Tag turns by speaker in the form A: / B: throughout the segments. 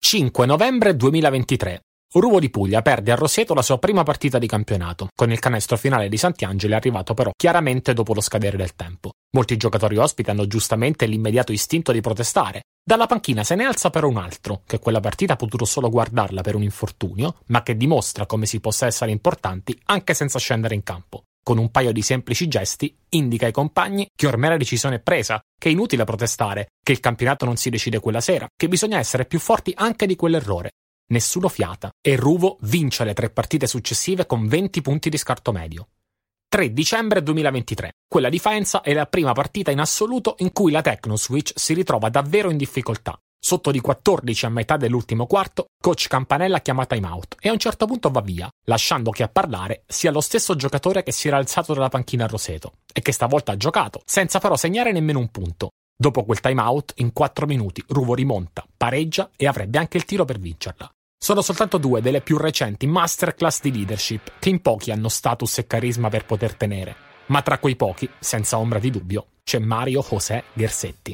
A: 5 novembre 2023. Ruvo di Puglia perde a Roseto la sua prima partita di campionato, con il canestro finale di Santiangeli arrivato però chiaramente dopo lo scadere del tempo. Molti giocatori ospiti hanno giustamente l'immediato istinto di protestare. Dalla panchina se ne alza però un altro, che quella partita ha potuto solo guardarla per un infortunio, ma che dimostra come si possa essere importanti anche senza scendere in campo. Con un paio di semplici gesti indica ai compagni che ormai la decisione è presa, che è inutile protestare, che il campionato non si decide quella sera, che bisogna essere più forti anche di quell'errore. Nessuno fiata e Ruvo vince le 3 partite successive con 20 punti di scarto medio. 3 dicembre 2023. Quella di Faenza è la prima partita in assoluto in cui la Tecnoswitch si ritrova davvero in difficoltà. Sotto di 14 a metà dell'ultimo quarto, coach Campanella chiama timeout e a un certo punto va via, lasciando che a parlare sia lo stesso giocatore che si era alzato dalla panchina a Roseto e che stavolta ha giocato, senza però segnare nemmeno un punto. Dopo quel timeout, in 4 minuti, Ruvo rimonta, pareggia e avrebbe anche il tiro per vincerla. Sono soltanto 2 delle più recenti masterclass di leadership che in pochi hanno status e carisma per poter tenere, ma tra quei pochi, senza ombra di dubbio, c'è Mario José Guersetti.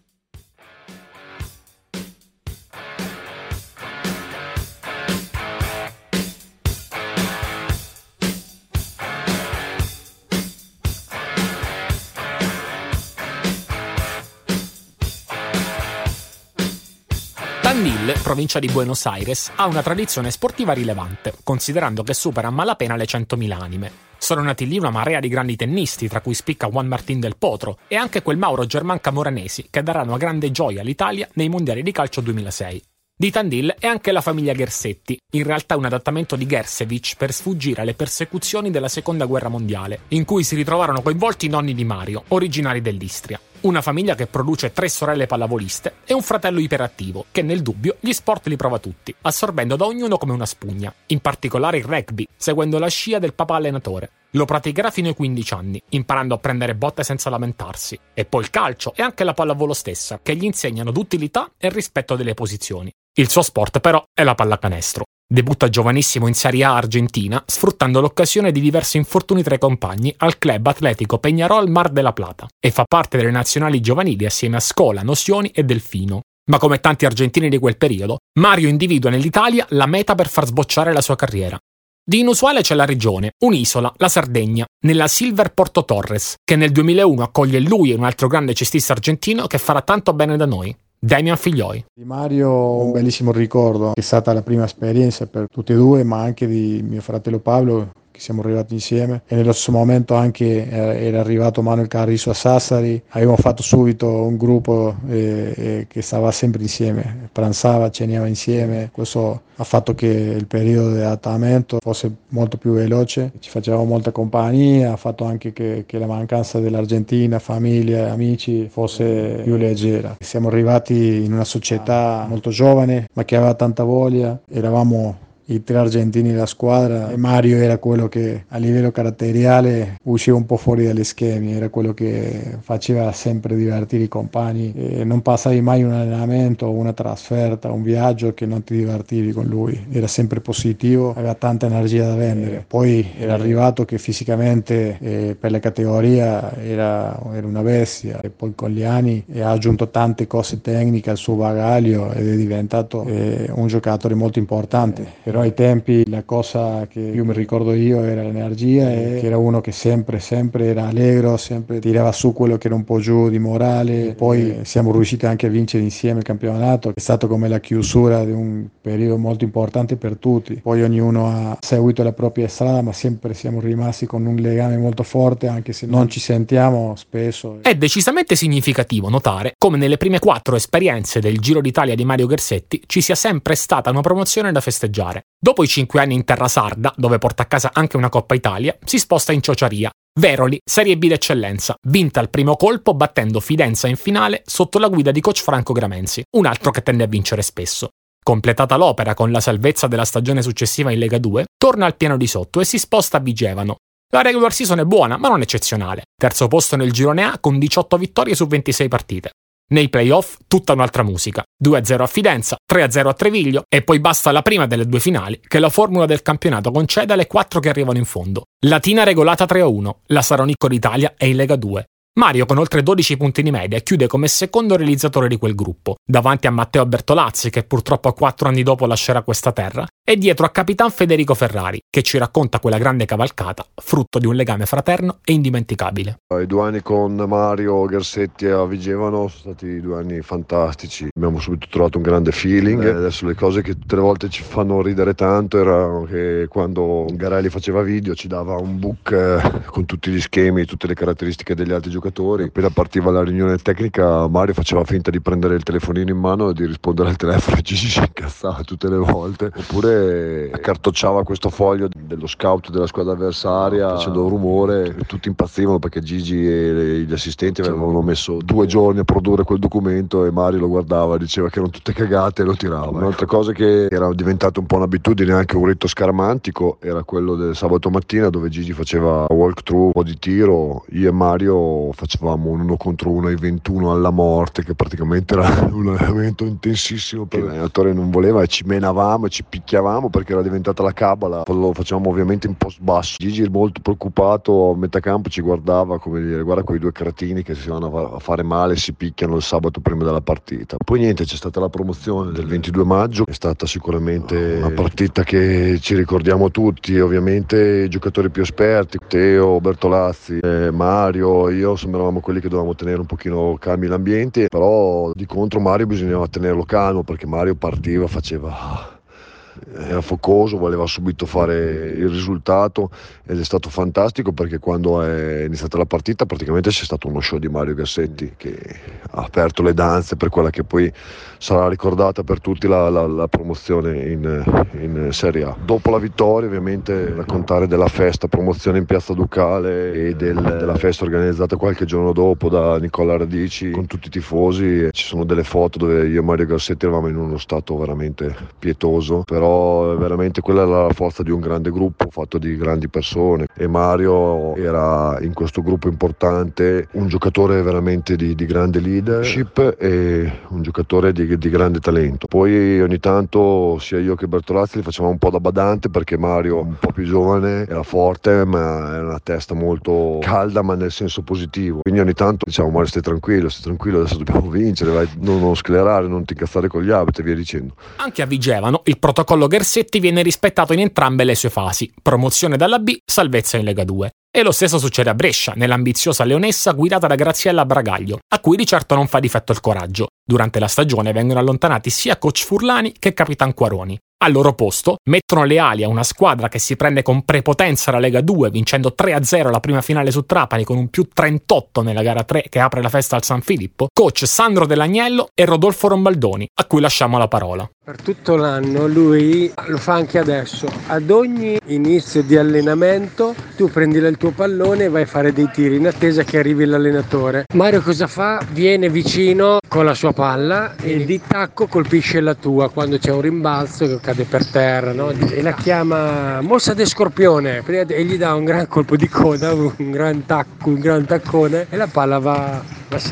A: Tandil, provincia di Buenos Aires, ha una tradizione sportiva rilevante, considerando che supera a malapena le 100.000 anime. Sono nati lì una marea di grandi tennisti, tra cui spicca Juan Martín del Potro e anche quel Mauro Germán Moranesi, che darà una grande gioia all'Italia nei mondiali di calcio 2006. Di Tandil è anche la famiglia Guersetti, in realtà un adattamento di Gersevich per sfuggire alle persecuzioni della Seconda Guerra Mondiale, in cui si ritrovarono coinvolti i nonni di Mario, originari dell'Istria. Una famiglia che produce 3 sorelle pallavoliste e un fratello iperattivo, che nel dubbio gli sport li prova tutti, assorbendo da ognuno come una spugna, in particolare il rugby, seguendo la scia del papà allenatore. Lo praticherà fino ai 15 anni, imparando a prendere botte senza lamentarsi. E poi il calcio e anche la pallavolo stessa, che gli insegnano d'utilità e rispetto delle posizioni. Il suo sport però è la pallacanestro. Debutta giovanissimo in Serie A argentina, sfruttando l'occasione di diversi infortuni tra i compagni al Club Atlético Peñarol Mar de la Plata e fa parte delle nazionali giovanili assieme a Scola, Nocioni e Delfino. Ma come tanti argentini di quel periodo, Mario individua nell'Italia la meta per far sbocciare la sua carriera. Di inusuale c'è la regione, un'isola, la Sardegna, nella Silver Porto Torres, che nel 2001 accoglie lui e un altro grande cestista argentino che farà tanto bene da noi. Damian Figlioi.
B: Di Mario un bellissimo ricordo, è stata la prima esperienza per tutti e due, ma anche di mio fratello Pablo, che siamo arrivati insieme, e nello stesso momento anche era arrivato Manuel Carrizo a Sassari. Abbiamo fatto subito un gruppo che stava sempre insieme, pranzava, cenava insieme. Questo ha fatto che il periodo di adattamento fosse molto più veloce, ci facevamo molta compagnia, ha fatto anche che la mancanza dell'Argentina, famiglia e amici fosse più leggera. Siamo arrivati in una società molto giovane, ma che aveva tanta voglia. Eravamo i 3 argentini della squadra e Mario era quello che a livello caratteriale usciva un po' fuori dagli schemi, era quello che faceva sempre divertire i compagni e non passavi mai un allenamento, una trasferta, un viaggio che non ti divertivi con lui, era sempre positivo, aveva tanta energia da vendere. Poi era arrivato che fisicamente per la categoria era una bestia e poi con gli anni ha aggiunto tante cose tecniche al suo bagaglio ed è diventato un giocatore molto importante. Però ai tempi la cosa che più mi ricordo io era l'energia e che era uno che sempre era allegro, sempre tirava su quello che era un po' giù di morale. Poi siamo riusciti anche a vincere insieme il campionato, è stato come la chiusura di un periodo molto importante per tutti. Poi ognuno ha seguito la propria strada, ma sempre siamo rimasti con un legame molto forte, anche se non ci sentiamo spesso.
A: È decisamente significativo notare come nelle prime 4 esperienze del Giro d'Italia di Mario Guersetti ci sia sempre stata una promozione da festeggiare. Dopo i 5 anni in terra sarda, dove porta a casa anche una Coppa Italia, si sposta in Ciociaria. Veroli, Serie B d'eccellenza, vinta al primo colpo battendo Fidenza in finale sotto la guida di coach Franco Gramenzi, un altro che tende a vincere spesso. Completata l'opera con la salvezza della stagione successiva in Lega 2, torna al piano di sotto e si sposta a Vigevano. La regular season è buona, ma non eccezionale. Terzo posto nel girone A con 18 vittorie su 26 partite. Nei playoff tutta un'altra musica, 2-0 a Fidenza, 3-0 a Treviglio e poi basta la prima delle 2 finali che la formula del campionato concede alle 4 che arrivano in fondo. Latina regolata 3-1, la Saronicco d'Italia è in Lega 2. Mario, con oltre 12 punti di media, chiude come secondo realizzatore di quel gruppo, davanti a Matteo Bertolazzi, che purtroppo 4 anni dopo lascerà questa terra, e dietro a Capitan Federico Ferrari, che ci racconta quella grande cavalcata, frutto di un legame fraterno e indimenticabile.
C: I 2 anni con Mario Gersetti a Vigevano sono stati 2 anni fantastici, abbiamo subito trovato un grande feeling. Adesso le cose che tutte le volte ci fanno ridere tanto erano che quando Garelli faceva video ci dava un book con tutti gli schemi, tutte le caratteristiche degli altri giocatori. Appena partiva la riunione tecnica, Mario faceva finta di prendere il telefonino in mano e di rispondere al telefono e Gigi si incazzava tutte le volte, oppure accartocciava questo foglio dello scout della squadra avversaria facendo rumore, tutti impazzivano perché Gigi e gli assistenti avevano messo 2 giorni a produrre quel documento e Mario lo guardava, diceva che erano tutte cagate e lo tirava. Un'altra cosa che era diventata un po' un'abitudine, anche un rito scaramantico, era quello del sabato mattina dove Gigi faceva walkthrough, un po' di tiro, io e Mario facevamo un 1 contro 1 ai 21 alla morte, che praticamente era un allenamento intensissimo perché l'allenatore non voleva e ci menavamo e ci picchiavamo perché era diventata la cabala. Lo facevamo ovviamente in post basso. Gigi molto preoccupato a metà campo ci guardava come dire: guarda quei 2 cretini che si vanno a fare male, si picchiano il sabato prima della partita. Poi niente, c'è stata la promozione del 22 maggio, è stata sicuramente una partita che ci ricordiamo tutti, ovviamente i giocatori più esperti, Teo, Bertolazzi, Mario, io sembravamo quelli che dovevamo tenere un pochino calmi l'ambiente, però di contro Mario bisognava tenerlo calmo perché Mario partiva, era focoso, voleva subito fare il risultato ed è stato fantastico perché quando è iniziata la partita praticamente c'è stato uno show di Mario Gersetti che ha aperto le danze per quella che poi sarà ricordata per tutti la promozione in Serie A. Dopo la vittoria ovviamente raccontare della festa promozione in Piazza Ducale e della festa organizzata qualche giorno dopo da Nicola Radici con tutti i tifosi. Ci sono delle foto dove io e Mario Gersetti eravamo in uno stato veramente pietoso, però veramente quella era la forza di un grande gruppo fatto di grandi persone e Mario era in questo gruppo importante un giocatore veramente di grande leadership e un giocatore di grande talento. Poi ogni tanto sia io che Bertolazzi li facevamo un po' da badante perché Mario un po' più giovane era forte ma era una testa molto calda ma nel senso positivo, quindi ogni tanto diciamo: Mario stai tranquillo, adesso dobbiamo vincere, vai, non sclerare, non ti incazzare con gli arbitri e via dicendo.
A: Anche a Vigevano il protocollo Gersetti viene rispettato in entrambe le sue fasi: promozione dalla B, salvezza in Lega 2. E lo stesso succede a Brescia, nell'ambiziosa leonessa guidata da Graziella Bragaglio, a cui di certo non fa difetto il coraggio. Durante la stagione vengono allontanati sia coach Furlani che Capitan Quaroni. Al loro posto mettono le ali a una squadra che si prende con prepotenza la Lega 2, vincendo 3-0 la prima finale su Trapani con un più 38 nella gara 3 che apre la festa al San Filippo, coach Sandro Dell'Agnello e Rodolfo Rombaldoni, a cui lasciamo la parola.
D: Per tutto l'anno lui lo fa anche adesso, ad ogni inizio di allenamento tu prendi il tuo pallone e vai a fare dei tiri in attesa che arrivi l'allenatore. Mario cosa fa? Viene vicino con la sua palla e di tacco colpisce la tua quando c'è un rimbalzo che cade per terra, no? E la chiama mossa de scorpione e gli dà un gran colpo di coda, un gran taccone e la palla va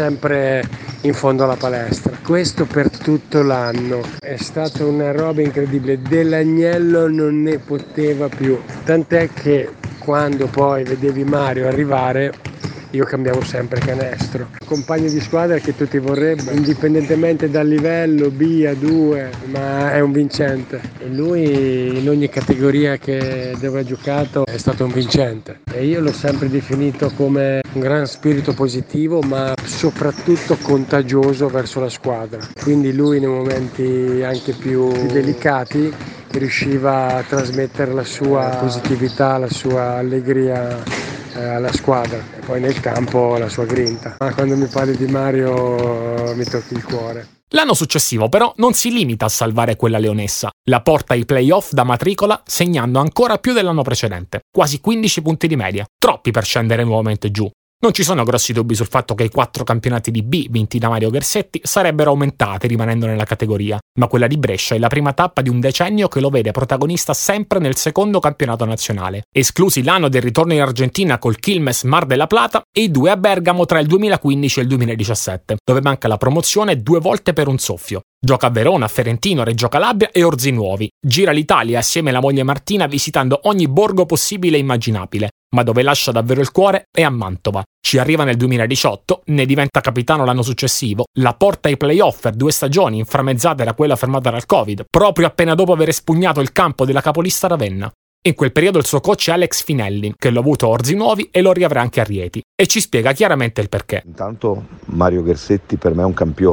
D: sempre in fondo alla palestra. Questo per tutto l'anno è stata una roba incredibile. Dell'Agnello non ne poteva più, tant'è che quando poi vedevi Mario arrivare io cambiavo sempre canestro. Compagno di squadra che tutti vorrebbero, indipendentemente dal livello B a 2, ma è un vincente. E lui in ogni categoria dove ha giocato è stato un vincente. E io l'ho sempre definito come un gran spirito positivo, ma soprattutto contagioso verso la squadra. Quindi lui nei momenti anche più delicati riusciva a trasmettere la sua positività, la sua allegria alla squadra e poi nel campo la sua grinta. Ma quando mi parli di Mario mi tocchi il cuore.
A: L'anno successivo però non si limita a salvare quella leonessa, la porta ai play-off da matricola segnando ancora più dell'anno precedente, quasi 15 punti di media, troppi per scendere nuovamente giù. Non ci sono grossi dubbi sul fatto che i 4 campionati di B vinti da Mario Gersetti sarebbero aumentati rimanendo nella categoria, ma quella di Brescia è la prima tappa di un decennio che lo vede protagonista sempre nel secondo campionato nazionale, esclusi l'anno del ritorno in Argentina col Quilmes Mar della Plata e i 2 a Bergamo tra il 2015 e il 2017, dove manca la promozione 2 volte per un soffio. Gioca a Verona, Ferentino, Reggio Calabria e Orzinuovi. Gira l'Italia assieme alla moglie Martina visitando ogni borgo possibile e immaginabile. ma dove lascia davvero il cuore è a Mantova. Ci arriva nel 2018, ne diventa capitano l'anno successivo, la porta ai playoff per 2 stagioni inframmezzate da quella fermata dal Covid, proprio appena dopo aver espugnato il campo della capolista Ravenna. In quel periodo il suo coach è Alex Finelli, che lo ha avuto a Orzi Nuovi e lo riavrà anche a Rieti, e ci spiega chiaramente il perché.
E: Intanto Mario Ghersetti per me è un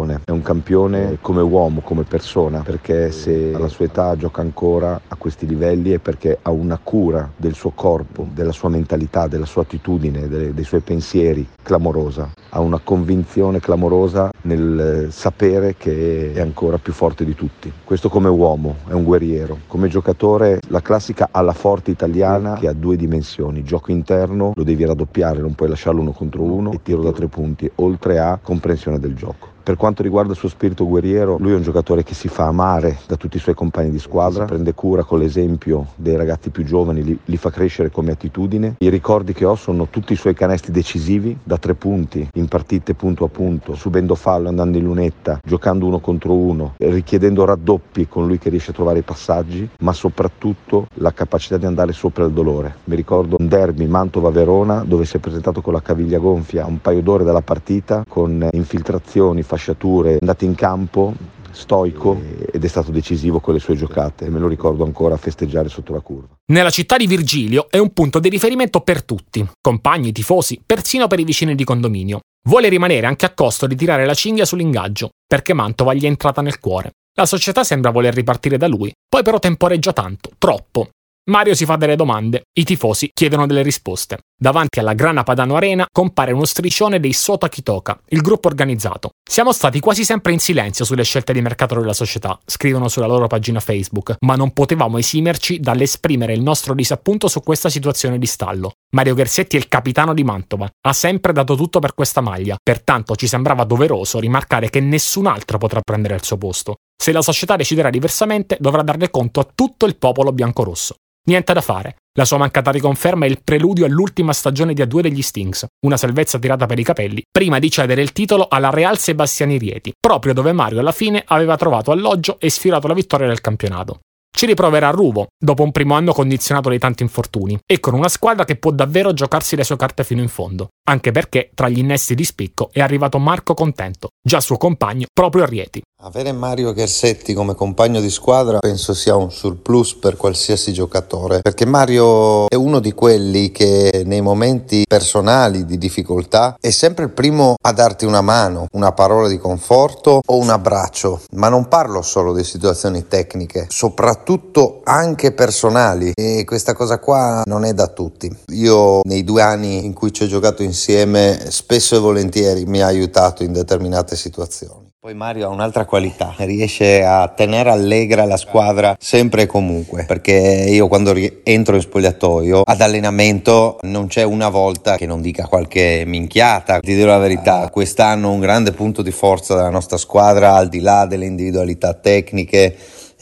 E: campione come uomo, come persona, perché se alla sua età gioca ancora a questi livelli è perché ha una cura del suo corpo, della sua mentalità, della sua attitudine, dei suoi pensieri clamorosa, ha una convinzione clamorosa nel sapere che è ancora più forte di tutti. Questo come uomo, è un guerriero, come giocatore la classica alla forte italiana che ha 2 dimensioni: gioco interno, lo devi raddoppiare, non puoi lasciarlo 1 contro 1, e tiro da 3 punti, oltre a comprensione del gioco. Per quanto riguarda il suo spirito guerriero, lui è un giocatore che si fa amare da tutti i suoi compagni di squadra, prende cura con l'esempio dei ragazzi più giovani, li fa crescere come attitudine. I ricordi che ho sono tutti i suoi canestri decisivi da 3 punti, in partite punto a punto, subendo fallo, andando in lunetta, giocando 1 contro 1, richiedendo raddoppi con lui che riesce a trovare i passaggi, ma soprattutto la capacità di andare sopra il dolore. Mi ricordo un derby Mantova-Verona dove si è presentato con la caviglia gonfia un paio d'ore dalla partita, con infiltrazioni, fasciature, andati in campo, stoico, ed è stato decisivo con le sue giocate, e me lo ricordo ancora a festeggiare sotto la curva.
A: Nella città di Virgilio è un punto di riferimento per tutti, compagni, tifosi, persino per i vicini di condominio. Vuole rimanere anche a costo di tirare la cinghia sull'ingaggio, perché Mantova gli è entrata nel cuore. La società sembra voler ripartire da lui, poi però temporeggia tanto, troppo. Mario si fa delle domande, i tifosi chiedono delle risposte. Davanti alla Grana Padano Arena compare uno striscione dei Sota Kitoka, il gruppo organizzato. Siamo stati quasi sempre in silenzio sulle scelte di mercato della società, scrivono sulla loro pagina Facebook, ma non potevamo esimerci dall'esprimere il nostro disappunto su questa situazione di stallo. Mario Ghersetti è il capitano di Mantova, ha sempre dato tutto per questa maglia, pertanto ci sembrava doveroso rimarcare che nessun altro potrà prendere il suo posto. Se la società deciderà diversamente, dovrà darne conto a tutto il popolo biancorosso. Niente da fare. La sua mancata riconferma è il preludio all'ultima stagione di A2 degli Stings, una salvezza tirata per i capelli, prima di cedere il titolo alla Real Sebastiani Rieti, proprio dove Mario alla fine aveva trovato alloggio e sfiorato la vittoria del campionato. Ci riproverà a Ruvo, dopo un primo anno condizionato dai tanti infortuni, e con una squadra che può davvero giocarsi le sue carte fino in fondo, anche perché tra gli innesti di spicco è arrivato Marco Contento, già suo compagno proprio a Rieti.
F: Avere Mario Ghersetti come compagno di squadra penso sia un surplus per qualsiasi giocatore, perché Mario è uno di quelli che nei momenti personali di difficoltà è sempre il primo a darti una mano, una parola di conforto o un abbraccio, ma non parlo solo di situazioni tecniche, soprattutto anche personali, e questa cosa qua non è da tutti. Io nei 2 anni in cui ci ho giocato insieme spesso e volentieri mi ha aiutato in determinate situazioni. Poi Mario ha un'altra qualità, riesce a tenere allegra la squadra sempre e comunque, perché io quando entro in spogliatoio ad allenamento non c'è una volta che non dica qualche minchiata. Ti dirò la verità, quest'anno un grande punto di forza della nostra squadra, al di là delle individualità tecniche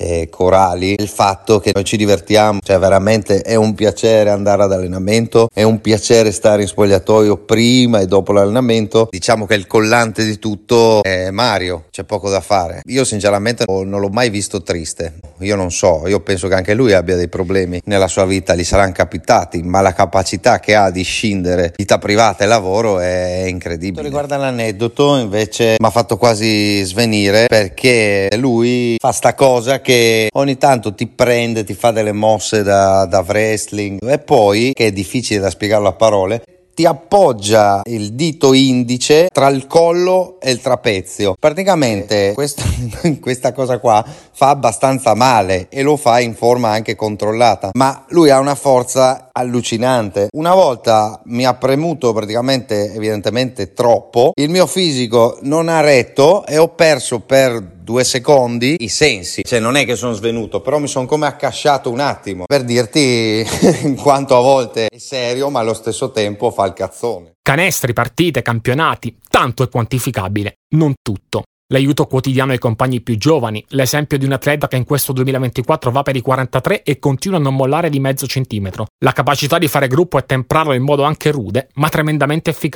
F: corali, il fatto che noi ci divertiamo, cioè veramente è un piacere andare ad allenamento, è un piacere stare in spogliatoio prima e dopo l'allenamento. Diciamo che il collante di tutto è Mario, c'è poco da fare. Io sinceramente non l'ho mai visto triste, io non so, io penso che anche lui abbia dei problemi nella sua vita, gli saranno capitati, ma la capacità che ha di scindere vita privata e lavoro è incredibile. Quanto riguarda l'aneddoto invece mi ha fatto quasi svenire, perché lui fa sta cosa che ogni tanto ti prende, ti fa delle mosse da wrestling, e poi, che è difficile da spiegarlo a parole, ti appoggia il dito indice tra il collo e il trapezio. Praticamente questa cosa qua fa abbastanza male e lo fa in forma anche controllata, ma lui ha una forza allucinante. Una volta mi ha premuto praticamente, evidentemente troppo, il mio fisico non ha retto e ho perso per 2 secondi i sensi, cioè non è che sono svenuto, però mi sono come accasciato un attimo, per dirti quanto a volte è serio ma allo stesso tempo fa il cazzone.
A: Canestri, partite, campionati, tanto è quantificabile, non tutto. L'aiuto quotidiano ai compagni più giovani, l'esempio di un atleta che in questo 2024 va per i 43 e continua a non mollare di mezzo centimetro, la capacità di fare gruppo e temprarlo in modo anche rude, ma tremendamente efficace.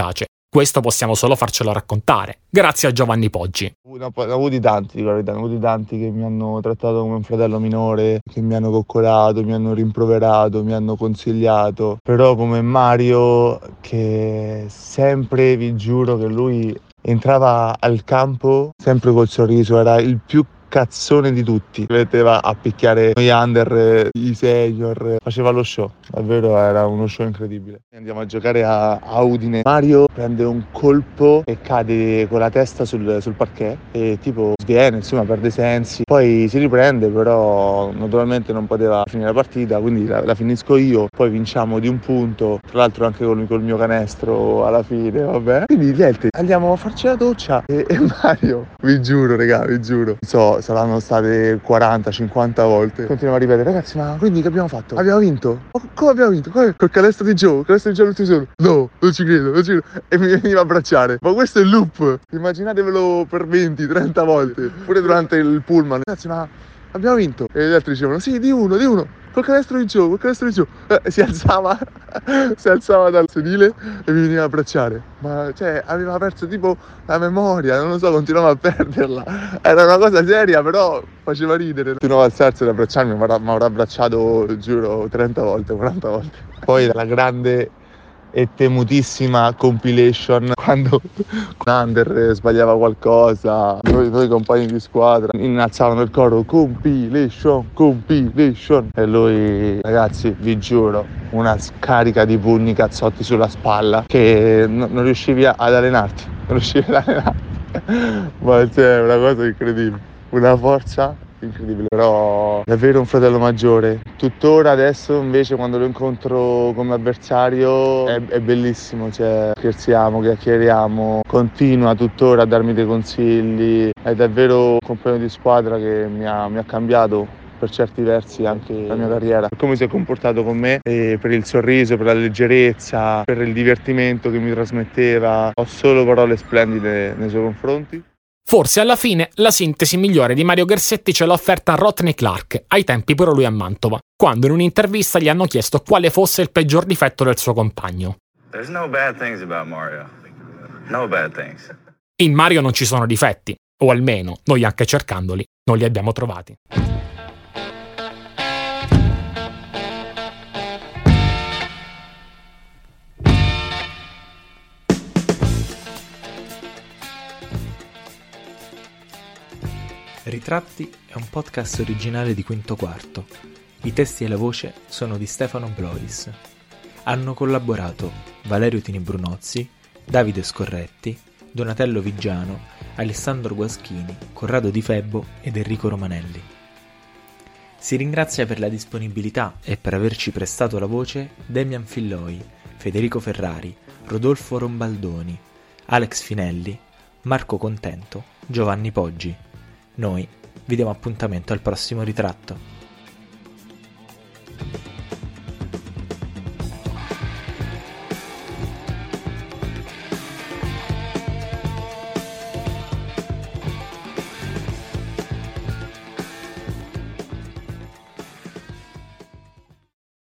A: Questo possiamo solo farcelo raccontare, grazie a Giovanni Poggi.
G: Ne ho avuti tanti, ne ho avuti tanti che mi hanno trattato come un fratello minore, che mi hanno coccolato, mi hanno rimproverato, mi hanno consigliato. Però come Mario, che sempre, vi giuro che lui entrava al campo sempre col sorriso, era il più cazzone di tutti, metteva a picchiare noi under, i senior, faceva lo show, davvero era uno show incredibile. Andiamo a giocare a Udine, Mario prende un colpo e cade con la testa sul parquet e tipo sviene, insomma perde i sensi, poi si riprende, però naturalmente non poteva finire la partita, quindi la finisco io, poi vinciamo di un punto, tra l'altro anche col mio canestro alla fine, vabbè. Quindi niente, andiamo a farci la doccia e Mario, vi giuro raga, vi giuro, saranno state 40-50 volte, continuiamo a ripetere: ragazzi, ma quindi che abbiamo fatto? Abbiamo vinto? Come abbiamo vinto? Col canestro di Joe l'ultimo solo. No, non ci credo. E mi veniva a abbracciare. Ma questo è il loop, immaginatevelo per 20-30 volte, pure durante il pullman. Ragazzi, ma abbiamo vinto? E gli altri dicevano: sì, di uno col canestro di Joe. Si alzava dal sedile e mi veniva a abbracciare. Ma cioè, aveva perso tipo la memoria, non lo so, continuava a perderla. Era una cosa seria, però faceva ridere. Continuava a alzarsi ad abbracciarmi, mi avrà abbracciato, giuro, 30 volte, 40 volte. Poi la grande e temutissima compilation, quando Under sbagliava qualcosa, noi compagni di squadra innalzavano il coro compilation, e lui, ragazzi, vi giuro, una scarica di pugni cazzotti sulla spalla che non riuscivi ad allenarti, ma c'è una cosa incredibile, una forza incredibile. Però davvero un fratello maggiore, tuttora adesso invece quando lo incontro come avversario è bellissimo, cioè scherziamo, chiacchieriamo, continua tuttora a darmi dei consigli, è davvero un compagno di squadra che mi ha cambiato per certi versi anche la mia carriera, per come si è comportato con me, e per il sorriso, per la leggerezza, per il divertimento che mi trasmetteva. Ho solo parole splendide nei suoi confronti.
A: Forse alla fine la sintesi migliore di Mario Ghersetti ce l'ha offerta Rodney Clark, ai tempi pure lui a Mantova, quando in un'intervista gli hanno chiesto quale fosse il peggior difetto del suo compagno.
H: There's no bad things about Mario. No bad things.
A: In Mario non ci sono difetti, o almeno, noi anche cercandoli, non li abbiamo trovati.
I: Ritratti è un podcast originale di Quinto Quarto. I testi e la voce sono di Stefano Blois. Hanno collaborato Valerio Tini Brunozzi, Davide Scorretti, Donatello Vigiano, Alessandro Guaschini, Corrado Di Febbo ed Enrico Romanelli. Si ringrazia per la disponibilità e per averci prestato la voce Demian Filloi, Federico Ferrari, Rodolfo Rombaldoni, Alex Finelli, Marco Contento, Giovanni Poggi. Noi vi diamo appuntamento al prossimo ritratto.